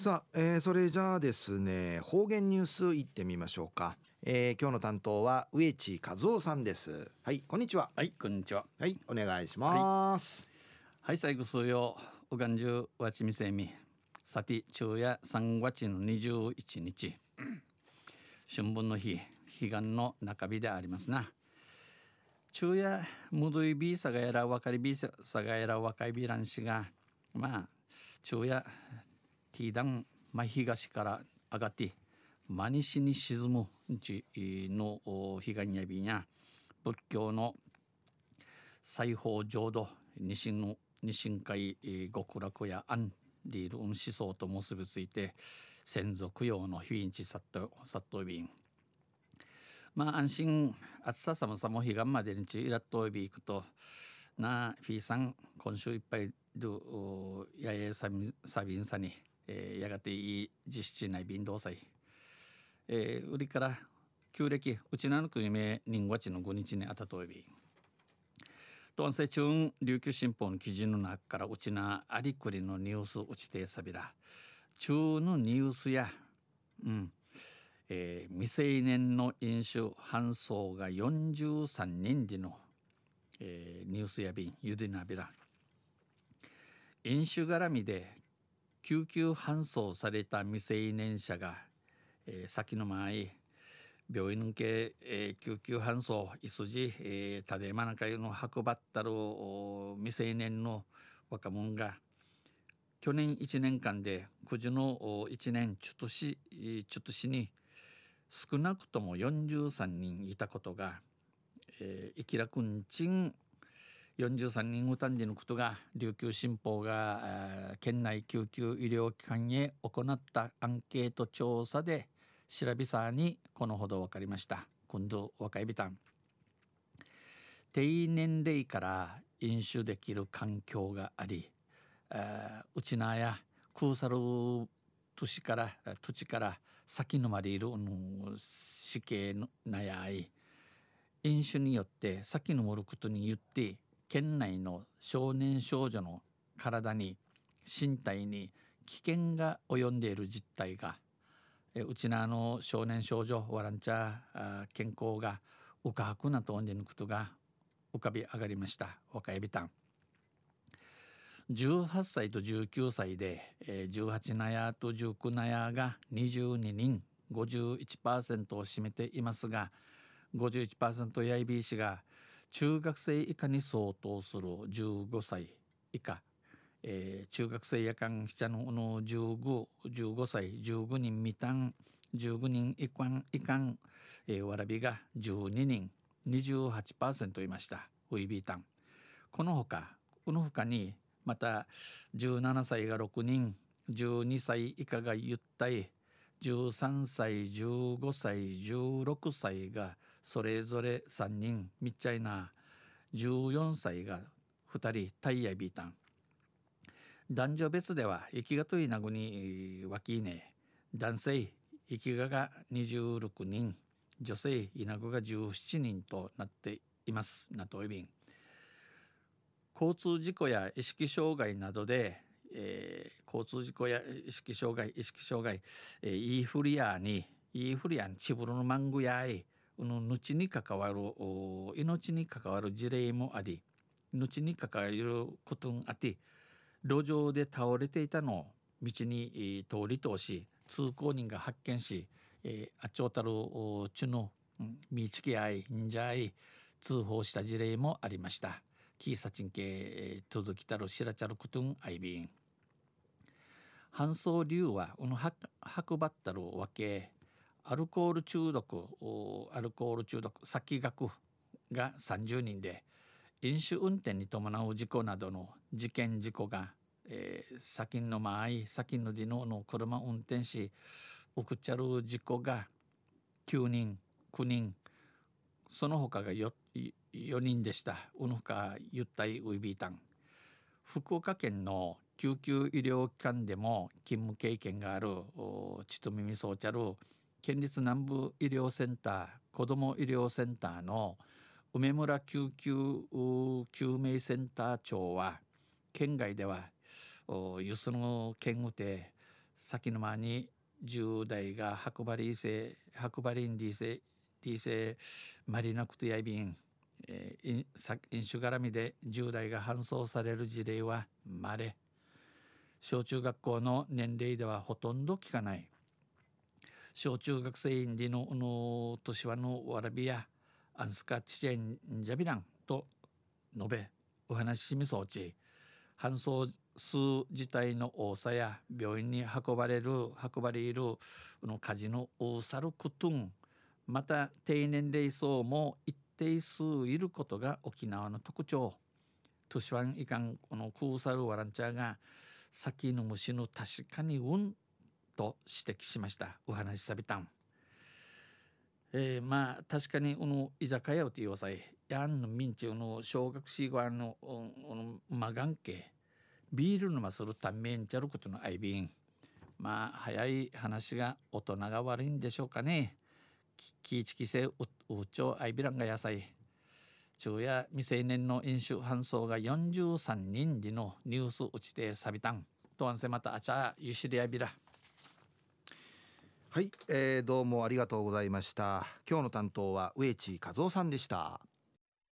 さあ、それじゃあですね、方言ニュースいってみましょうか。今日の担当は植地和夫さんです。はい、こんにちは。 はい、こんにちは。 はい、お願いしはい、 ます。 はい、最後数曜、うがんじゅうわちみせみ、さて、昼夜3月の21日、春分の日、彼岸の中日でありますな。昼夜、むどいびさがやら、わかりびさがやら、わかいびらんしが、まあ、昼夜、ティーダン、東から上がって、真西に沈む地の彼岸やびんや、仏教の西方浄土二神会極楽や安リール思想と結びついて先祖供養の日んちさっとびんまあ安心暑さ寒さも彼岸までにちいらっとびいくとなフィーさん今週いっぱいどやえさびんさに、やがていい実施内便動祭、売りから旧暦うちなの国名人月の5日にあたとび東西中琉球新報の記事の中からうちなありくりのニュースうちてさびら中のニュースや、未成年の飲酒搬送が43人での、ニュースやびんゆでなびら飲酒絡みで救急搬送された未成年者が、先の前病院系、救急搬送いすじ、たでまなかの運ばったる未成年の若者が去年1年間で9時の1年ちょっとしに少なくとも43人いたことが、いきらくんちん43人うたんでのことが琉球新報が県内救急医療機関へ行ったアンケート調査で調べさにこのほど分かりました。今度若いびたん低年齢から飲酒できる環境があり、うちなや空さる土地から先のまでいる死刑のなやい飲酒によって先のもることに言って県内の少年少女の体に身体に危険が及んでいる実態がうちな少年少女ワランチャー健康がうかはくなとんでぬくとが浮かび上がりました。若いびたん18歳と19歳で、18ナヤと19ナヤが22人 51% を占めていますが 51% やいびいしが中学生以下に相当する15歳以下、中学生やかんしちゃの15歳15人未満15人いかん、わらびが12人 28% いました。ウイビータンこの他にまた17歳が6人12歳以下がゆったい13歳15歳16歳がそれぞれ3人みっちゃいな14歳が2人タイヤビータン男女別では生きがといなぐにわきいね男性生きが26人女性いなぐが17人となっていますなといびん交通事故や意識障害などで、交通事故や意識障害、イーフリアにチブルのマングやい命に関わる事例もあり命に関わることがあって路上で倒れていたのを道に通り通し通行人が発見し、あっちょうたるちゅのみちきあいんじゃい通報した事例もありました。キーサチン系届きたるしらちゃることんあいびん搬送理由は運ばったるわけアルコール中毒先学が30人で飲酒運転に伴う事故などの事故が、先のりの車運転しうくちゃる事故が9人9人その他が4人でした。うぬかゆったいウイビータン福岡県の救急医療機関でも勤務経験があるちと耳そうちゃる県立南部医療センター子ども医療センターの梅村救急救命センター長は県外ではゆすの県うて先の間に10代が白馬リンディセマリナクトやいびん、飲酒絡みで10代が搬送される事例は稀。小中学校の年齢ではほとんど聞かない。小中学生インディの年はのわらびやアンスカチチェンジャビランと述べお話ししみそうち、搬送数自体の多さや病院に運ばれるの数の多さることん、また低年齢層も一定数いることが沖縄の特徴。トシワンいかんこのクーサルワランチャーが先の虫の確かにと指摘しました。お話しさびたん。まあ確かに居酒屋をという際やんの民中の小学生側のまがんけビールのまするためんちゃることのあいびん、まあ早い話が大人が悪いんでしょうかね。気ぃちきせうちょあいびらんが野菜昼夜未成年の飲酒搬送が43人でのニュース打ちてさびたんとあんせまたあちゃゆしりやびら。 はい、どうもありがとうございました。今日の担当は植地和夫さんでした。